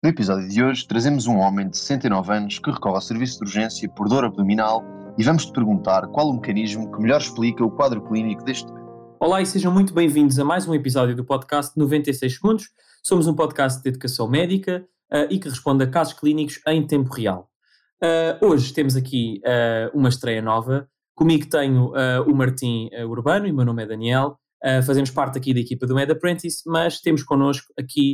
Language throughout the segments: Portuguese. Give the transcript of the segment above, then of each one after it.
No episódio de hoje, trazemos um homem de 69 anos que recorre ao serviço de urgência por dor abdominal e vamos-te perguntar qual o mecanismo que melhor explica o quadro clínico deste doente. Olá e sejam muito bem-vindos a mais um episódio do podcast 96 Segundos. Somos um podcast de educação médica e que responde a casos clínicos em tempo real. Hoje temos aqui uma estreia nova. Comigo tenho o Martim Urbano e o meu nome é Daniel. Fazemos parte aqui da equipa do Med Apprentice, mas temos connosco aqui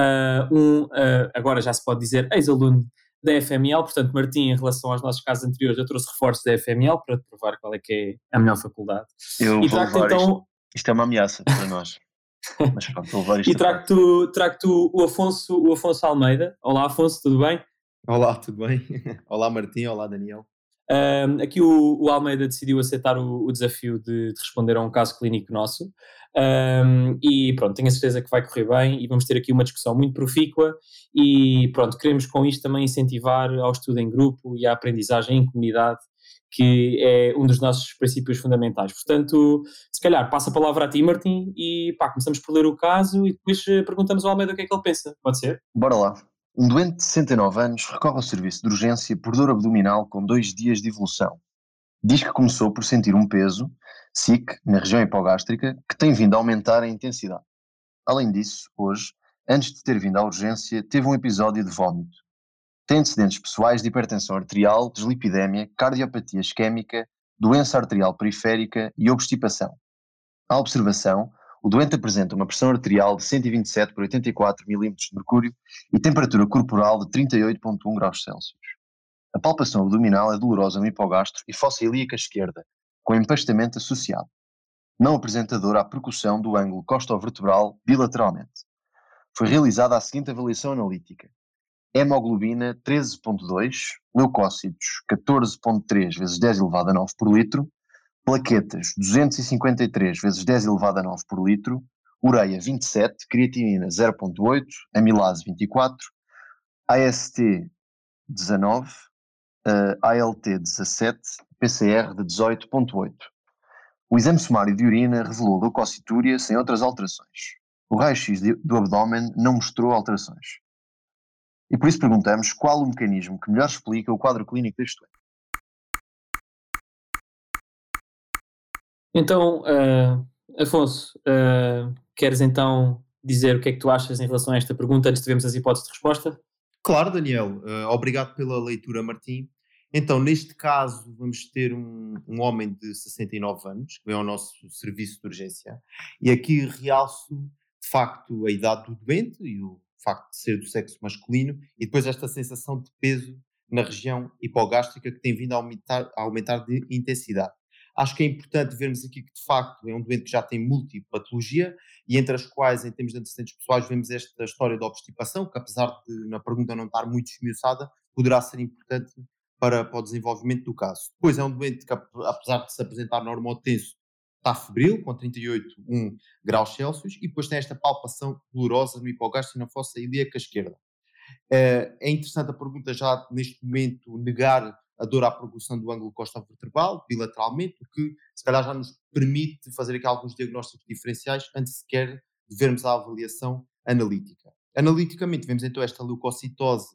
agora já se pode dizer, ex-aluno da FML. Portanto, Martim, em relação aos nossos casos anteriores, eu trouxe reforços da FML para te provar qual é que é a melhor faculdade. Eu vou levar então... Isto é uma ameaça para nós. Mas pronto, vou levar isto. E trago-te o Afonso Almeida. Olá, Afonso, tudo bem? Olá, tudo bem? Olá, Martim, olá, Daniel. Aqui o Almeida decidiu aceitar o desafio de responder a um caso clínico nosso. E pronto, tenho a certeza que vai correr bem e vamos ter aqui uma discussão muito profícua e pronto, queremos com isto também incentivar ao estudo em grupo e à aprendizagem em comunidade, que é um dos nossos princípios fundamentais. Portanto, se calhar passa a palavra a ti, Martim, e começamos por ler o caso e depois perguntamos ao Almeida o que é que ele pensa. Pode ser? Bora lá. Um doente de 69 anos recorre ao serviço de urgência por dor abdominal com 2 dias de evolução. Diz que começou por sentir um peso, SIC, na região hipogástrica, que tem vindo a aumentar a intensidade. Além disso, hoje, antes de ter vindo à urgência, teve um episódio de vômito. Tem antecedentes pessoais de hipertensão arterial, dislipidémia, cardiopatia isquémica, doença arterial periférica e obstipação. À observação, o doente apresenta uma pressão arterial de 127 por 84 mm de mercúrio e temperatura corporal de 38,1 graus Celsius. A palpação abdominal é dolorosa no hipogastro e fossa ilíaca esquerda, com empastamento associado. Não apresenta dor à percussão do ângulo costovertebral bilateralmente. Foi realizada a seguinte avaliação analítica: hemoglobina 13,2, leucócitos 14,3 vezes 10 elevado a 9 por litro, plaquetas 253 vezes 10 elevado a 9 por litro, ureia 27, creatinina 0,8, amilase 24, AST 19, ALT 17, PCR de 18,8. O exame sumário de urina revelou leucocitúria sem outras alterações. O raio-x do abdômen não mostrou alterações. E por isso perguntamos qual o mecanismo que melhor explica o quadro clínico deste doente. Então, Afonso, queres então dizer o que é que tu achas em relação a esta pergunta antes de vermos as hipóteses de resposta? Claro, Daniel. Obrigado pela leitura, Martim. Então, neste caso, vamos ter um homem de 69 anos, que vem ao nosso serviço de urgência, e aqui realço, de facto, a idade do doente e o facto de ser do sexo masculino, e depois esta sensação de peso na região hipogástrica que tem vindo a aumentar de intensidade. Acho que é importante vermos aqui que, de facto, é um doente que já tem multipatologia e entre as quais, em termos de antecedentes pessoais, vemos esta história de obstipação, que apesar de na pergunta não estar muito esmiuçada, poderá ser importante para o desenvolvimento do caso. Depois é um doente que, apesar de se apresentar normotenso, está febril, com 38,1 graus Celsius, e depois tem esta palpação dolorosa no hipogastro e na fossa ilíaca esquerda. É interessante a pergunta já, neste momento, negar a dor à progressão do ângulo costovertebral, bilateralmente, o que se calhar já nos permite fazer aqui alguns diagnósticos diferenciais antes sequer de vermos a avaliação analítica. Analiticamente, vemos então esta leucocitose,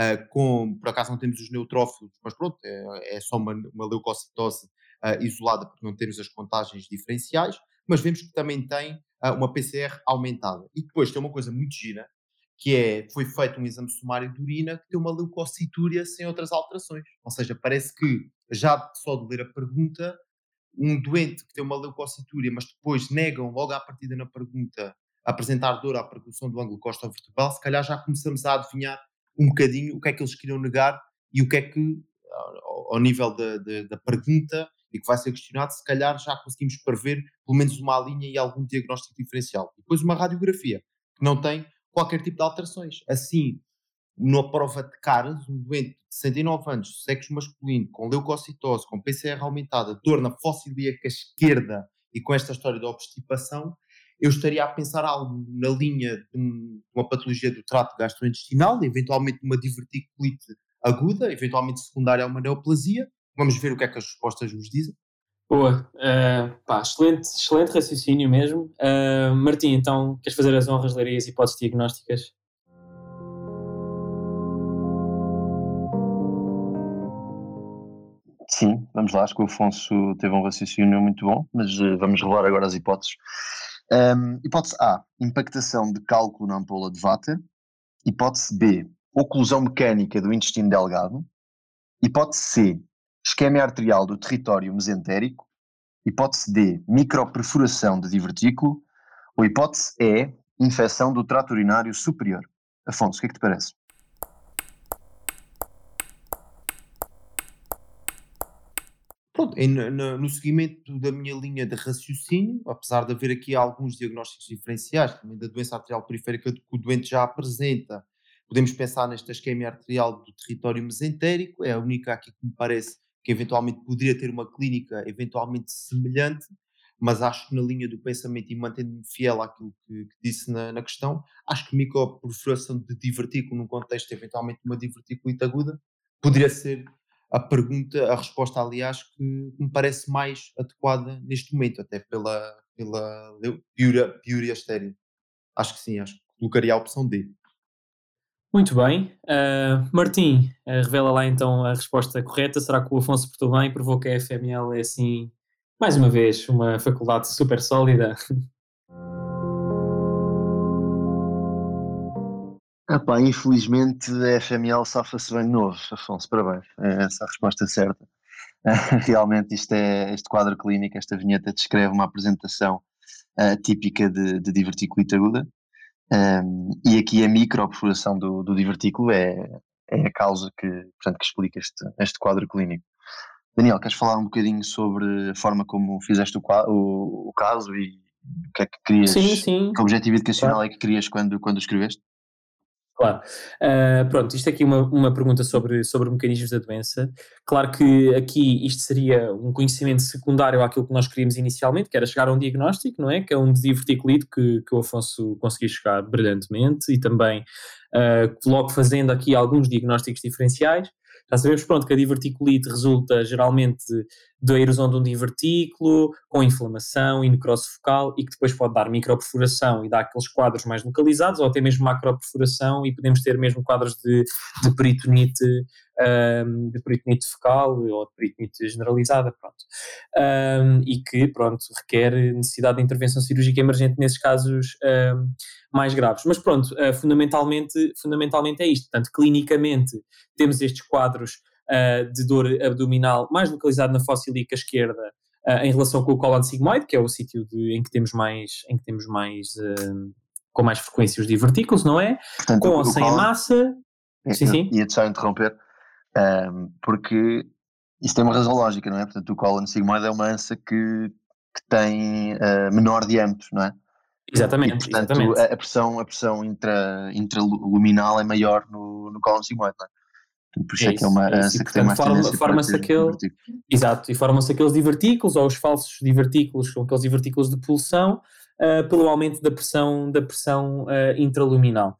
por acaso não temos os neutrófilos, mas pronto, é só uma leucocitose isolada, porque não temos as contagens diferenciais, mas vemos que também tem uma PCR aumentada. E depois tem uma coisa muito gira, que foi feito um exame sumário de urina que tem uma leucocitúria sem outras alterações. Ou seja, parece que, já só de ler a pergunta, um doente que tem uma leucocitúria, mas depois negam logo à partida na pergunta apresentar dor à percussão do ângulo costovertebral, se calhar já começamos a adivinhar um bocadinho o que é que eles queriam negar e o que é que, ao nível da pergunta e que vai ser questionado, se calhar já conseguimos prever pelo menos uma linha e algum diagnóstico diferencial. E depois uma radiografia, que não tem qualquer tipo de alterações. Assim, na prova de caras, um doente de 69 anos, sexo masculino, com leucocitose, com PCR aumentada, dor na fossa ilíaca esquerda e com esta história de obstipação, eu estaria a pensar algo na linha de uma patologia do trato gastrointestinal, eventualmente uma diverticulite aguda, eventualmente secundária a uma neoplasia. Vamos ver o que é que as respostas nos dizem. Boa, excelente raciocínio mesmo. Martim, então, queres fazer as honras, ler as hipóteses diagnósticas? Sim, vamos lá, acho que o Afonso teve um raciocínio muito bom, mas vamos revelar agora as hipóteses. Hipótese A, impactação de cálculo na ampola de Vater. Hipótese B, oclusão mecânica do intestino delgado. Hipótese C, isquemia arterial do território mesentérico. Hipótese D, microperfuração de divertículo. Ou hipótese E, infecção do trato urinário superior. Afonso, o que é que te parece? Pronto, no seguimento da minha linha de raciocínio, apesar de haver aqui alguns diagnósticos diferenciais, também da doença arterial periférica que o doente já apresenta, podemos pensar nesta isquemia arterial do território mesentérico, é a única aqui que me parece que eventualmente poderia ter uma clínica eventualmente semelhante, mas acho que na linha do pensamento e mantendo-me fiel àquilo que disse na questão, acho que microperfuração de divertículo num contexto eventualmente de uma diverticulite aguda poderia ser a pergunta, a resposta, aliás, que me parece mais adequada neste momento, até pela piúria estéril. Acho que sim, acho que colocaria a opção D. Muito bem. Martim, revela lá então a resposta correta. Será que o Afonso portou bem? Provou que a FML é assim, mais uma vez, uma faculdade super sólida? Infelizmente a FML safa-se bem de novo, Afonso, parabéns. É essa a resposta certa. Realmente este quadro clínico, esta vinheta descreve uma apresentação típica de diverticulite aguda. E aqui a microperfuração do divertículo é a causa portanto, que explica este quadro clínico. Daniel, queres falar um bocadinho sobre a forma como fizeste o caso e o que é que querias, Sim, sim, que objetivo educacional claro. é que querias quando escreveste? Claro. Pronto, isto aqui é uma pergunta sobre mecanismos da doença. Claro que aqui isto seria um conhecimento secundário àquilo que nós queríamos inicialmente, que era chegar a um diagnóstico, não é? Que é um diverticulite que o Afonso conseguiu chegar brilhantemente e também logo fazendo aqui alguns diagnósticos diferenciais. Já sabemos, pronto, que a diverticulite resulta geralmente da erosão de um divertículo, com inflamação e necrose focal, e que depois pode dar microperfuração e dar aqueles quadros mais localizados, ou até mesmo macroperfuração, e podemos ter mesmo quadros de peritonite, de peritonite focal ou de peritonite generalizada, pronto. E que, pronto, requer necessidade de intervenção cirúrgica emergente nesses casos mais graves. Mas pronto, fundamentalmente é isto. Portanto, clinicamente temos estes quadros de dor abdominal mais localizado na fossa ilíaca esquerda em relação com o cólon sigmoide, que é o sítio em que temos mais com mais frequência os divertículos, não é? Portanto, Com ou o sem Colin, massa. Sim, sim. ia-te só interromper, porque isso tem uma razão lógica, não é? Portanto, o cólon sigmoide é uma ansa que tem menor diâmetro, não é? E, Exatamente, portanto, exatamente. a pressão intraluminal é maior no cólon sigmoide, não é? Portanto, por isso É é que é isso, uma é isso. E ansa que tem portanto mais tendência para forma-se ter aquele. divertículo. Exato, e formam-se aqueles divertículos ou os falsos divertículos, com aqueles divertículos de pulsão, pelo aumento da pressão intraluminal.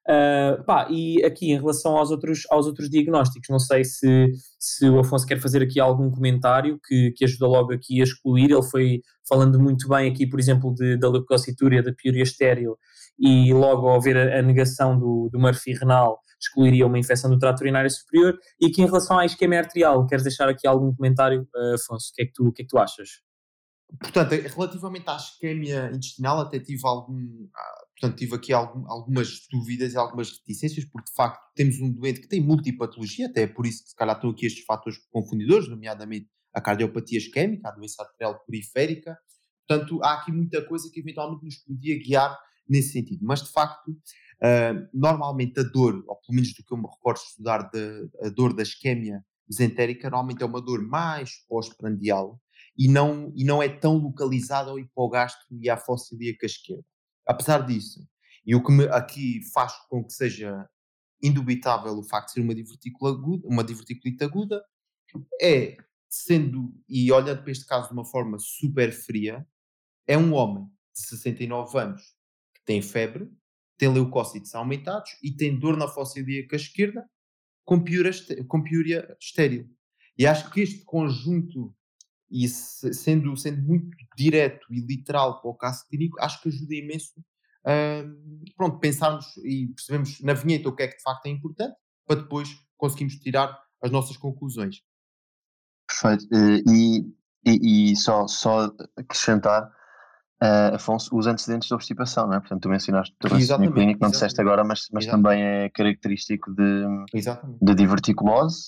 E aqui em relação aos outros diagnósticos, não sei se o Afonso quer fazer aqui algum comentário que ajuda logo aqui a excluir. Ele foi falando muito bem aqui, por exemplo, da leucocitúria, da piúria estéril, e logo ao ver a negação do Murphy renal, excluiria uma infecção do trato urinário superior. E aqui em relação à isquemia arterial, queres deixar aqui algum comentário, Afonso? O que é que tu achas? Portanto, relativamente à isquemia intestinal, até tive aqui algumas dúvidas e algumas reticências, porque de facto temos um doente que tem multipatologia, até é por isso que se calhar estão aqui estes fatores confundidores, nomeadamente a cardiopatia isquémica, a doença arterial periférica. Portanto, há aqui muita coisa que eventualmente nos podia guiar nesse sentido. Mas de facto, normalmente a dor, ou pelo menos do que eu me recordo de estudar, a dor da isquemia mesentérica, normalmente é uma dor mais pós-prandial, e não é tão localizado ao hipogastro e à fossa ilíaca esquerda. Apesar disso, e o que aqui faz com que seja indubitável o facto de ser uma diverticulite aguda, é, e olhando para este caso de uma forma super fria, é um homem de 69 anos que tem febre, tem leucócitos aumentados e tem dor na fossa ilíaca esquerda com piúria estéril. E acho que este conjunto, e sendo muito direto e literal para o caso clínico, acho que ajuda imenso pronto, pensarmos e percebemos na vinheta o que é que de facto é importante, para depois conseguirmos tirar as nossas conclusões. Perfeito. E só acrescentar, Afonso, os antecedentes de obstipação, não é? Portanto, tu mencionaste o raciocínio Exatamente, clínico, não disseste exatamente, agora, mas também exatamente, é característico exatamente. de diverticulose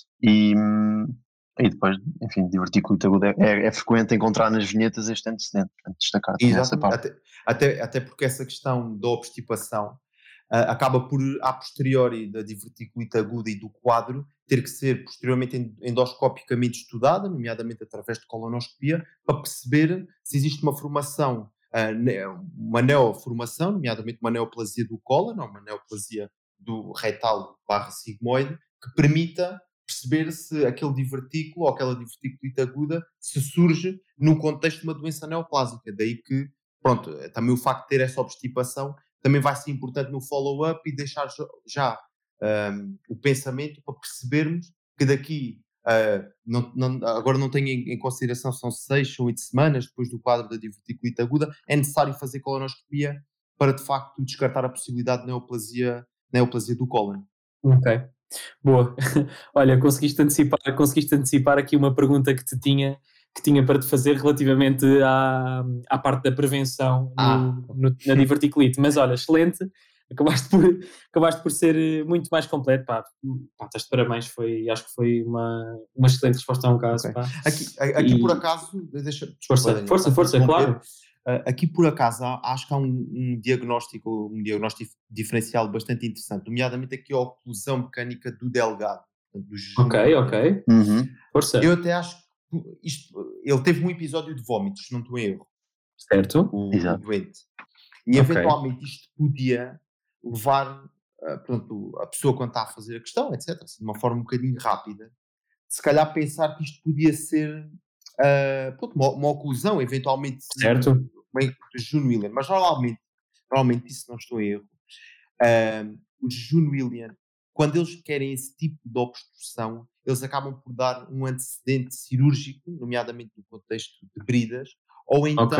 e depois, enfim, diverticulite aguda. É frequente encontrar nas vinhetas este antecedente, portanto, destacar também essa Exatamente, parte. até porque essa questão da obstipação acaba por, a posteriori da diverticulite aguda e do quadro, ter que ser posteriormente endoscopicamente estudada, nomeadamente através de colonoscopia, para perceber se existe uma formação, uma neoformação, nomeadamente uma neoplasia do cólon, ou uma neoplasia do retal barra sigmoide, que permita perceber se aquele divertículo ou aquela diverticulite aguda se surge num contexto de uma doença neoplásica. Daí que, pronto, também o facto de ter essa obstipação também vai ser importante no follow-up e deixar já o pensamento para percebermos que daqui, agora não tenho em consideração, são 6 ou 8 semanas depois do quadro da diverticulite aguda, é necessário fazer colonoscopia para de facto descartar a possibilidade de neoplasia do cólon. Ok, boa. Olha, conseguiste antecipar aqui uma pergunta que tinha para te fazer relativamente à parte da prevenção na diverticulite. Mas olha, excelente, acabaste por ser muito mais completo. Pá, estás de parabéns, acho que foi uma excelente resposta a um caso. Okay. Pá. Aqui por acaso, desculpa, Daniel, força, claro. Aqui por acaso acho que há um diagnóstico diferencial bastante interessante, nomeadamente aqui a oclusão mecânica do delgado, do jejum. Ok. Força. Eu até acho que ele teve um episódio de vômitos, se não estou em erro, certo? o doente. E eventualmente isto podia levar, pronto, a pessoa quando está a fazer a questão, etc., assim, de uma forma um bocadinho rápida, se calhar pensar que isto podia ser pronto, uma oclusão, eventualmente Certo. meio de jejum William, mas normalmente isso não estou em erro. O jejum William, quando eles querem esse tipo de obstrução, eles acabam por dar um antecedente cirúrgico, nomeadamente no contexto de bridas, ou então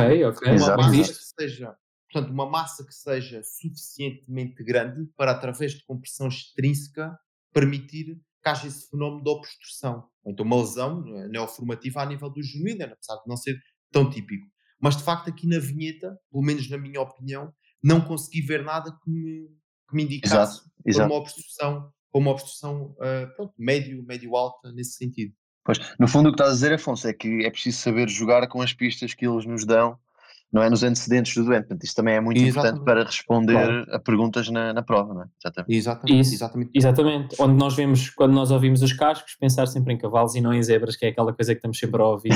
uma massa que seja suficientemente grande para, através de compressão extrínseca, permitir que haja esse fenómeno de obstrução. Ou então uma lesão neoformativa a nível do jejum William, apesar de não ser tão típico. Mas, de facto, aqui na vinheta, pelo menos na minha opinião, não consegui ver nada que me indicasse para uma obstrução pronto, médio-alta nesse sentido. Pois, no fundo o que estás a dizer, Afonso, é que é preciso saber jogar com as pistas que eles nos dão, não é, nos antecedentes do doente. Portanto, isso também é muito importante para responder a perguntas na prova, não é? Exatamente. Onde nós vemos, quando nós ouvimos os cascos, pensar sempre em cavalos e não em zebras, que é aquela coisa que estamos sempre a ouvir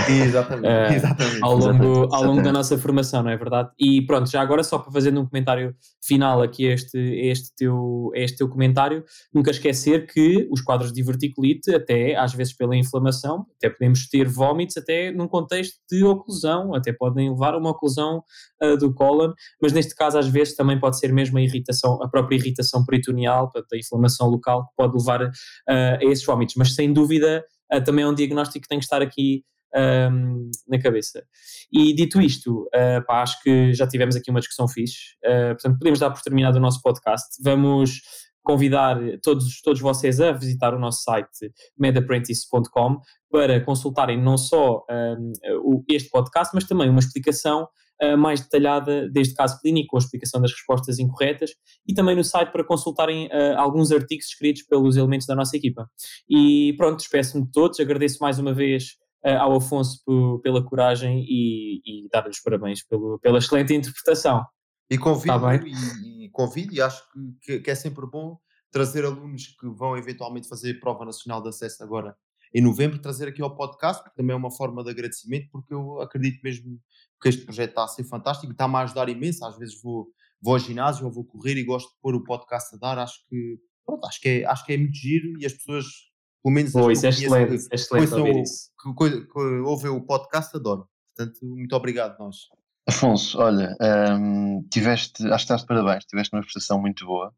ao longo da nossa formação, não é verdade? E pronto, já agora só para fazer um comentário final aqui a este teu comentário, nunca esquecer que os quadros de diverticulite, até às vezes pela inflamação, até podemos ter vómitos até num contexto de oclusão, até podem levar a uma oclusão do cólon, mas neste caso às vezes também pode ser mesmo a própria irritação peritoneal, portanto, a inflamação local que pode levar a esses vómitos, mas sem dúvida também é um diagnóstico que tem que estar aqui na cabeça. E dito isto, acho que já tivemos aqui uma discussão fixe, portanto podemos dar por terminado o nosso podcast. Vamos convidar todos vocês a visitar o nosso site medapprentice.com para consultarem não só este podcast, mas também uma explicação mais detalhada deste caso clínico, com a explicação das respostas incorretas, e também no site para consultarem alguns artigos escritos pelos elementos da nossa equipa. E pronto, despeço-me de todos, agradeço mais uma vez ao Afonso pela coragem e dar-lhe os parabéns pela excelente interpretação. E convido, e acho que é sempre bom trazer alunos que vão eventualmente fazer prova nacional de acesso agora em novembro, trazer aqui ao podcast, porque também é uma forma de agradecimento, porque eu acredito mesmo que este projeto está a ser fantástico e está-me a ajudar imenso. Às vezes vou ao ginásio ou vou correr e gosto de pôr o podcast a dar. Acho que é muito giro e as pessoas, pelo menos as isso é excelente ouvir isso. Que ouvem o podcast, adoram. Portanto, muito obrigado nós. Afonso, olha, acho que estás de parabéns, tiveste uma prestação muito boa.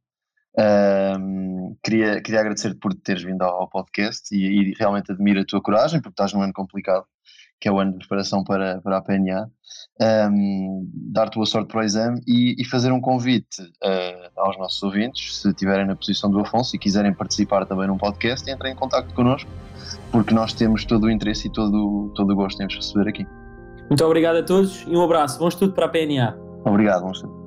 Queria agradecer-te por teres vindo ao podcast e realmente admiro a tua coragem, porque estás num ano complicado, que é o ano de preparação para a PNA, dar-te boa sorte para o exame e fazer um convite aos nossos ouvintes, se estiverem na posição do Afonso e quiserem participar também num podcast, entrem em contacto connosco, porque nós temos todo o interesse e todo o gosto em vos receber aqui. Muito obrigado a todos e um abraço. Bom estudo para a PNA. Obrigado, bom estudo.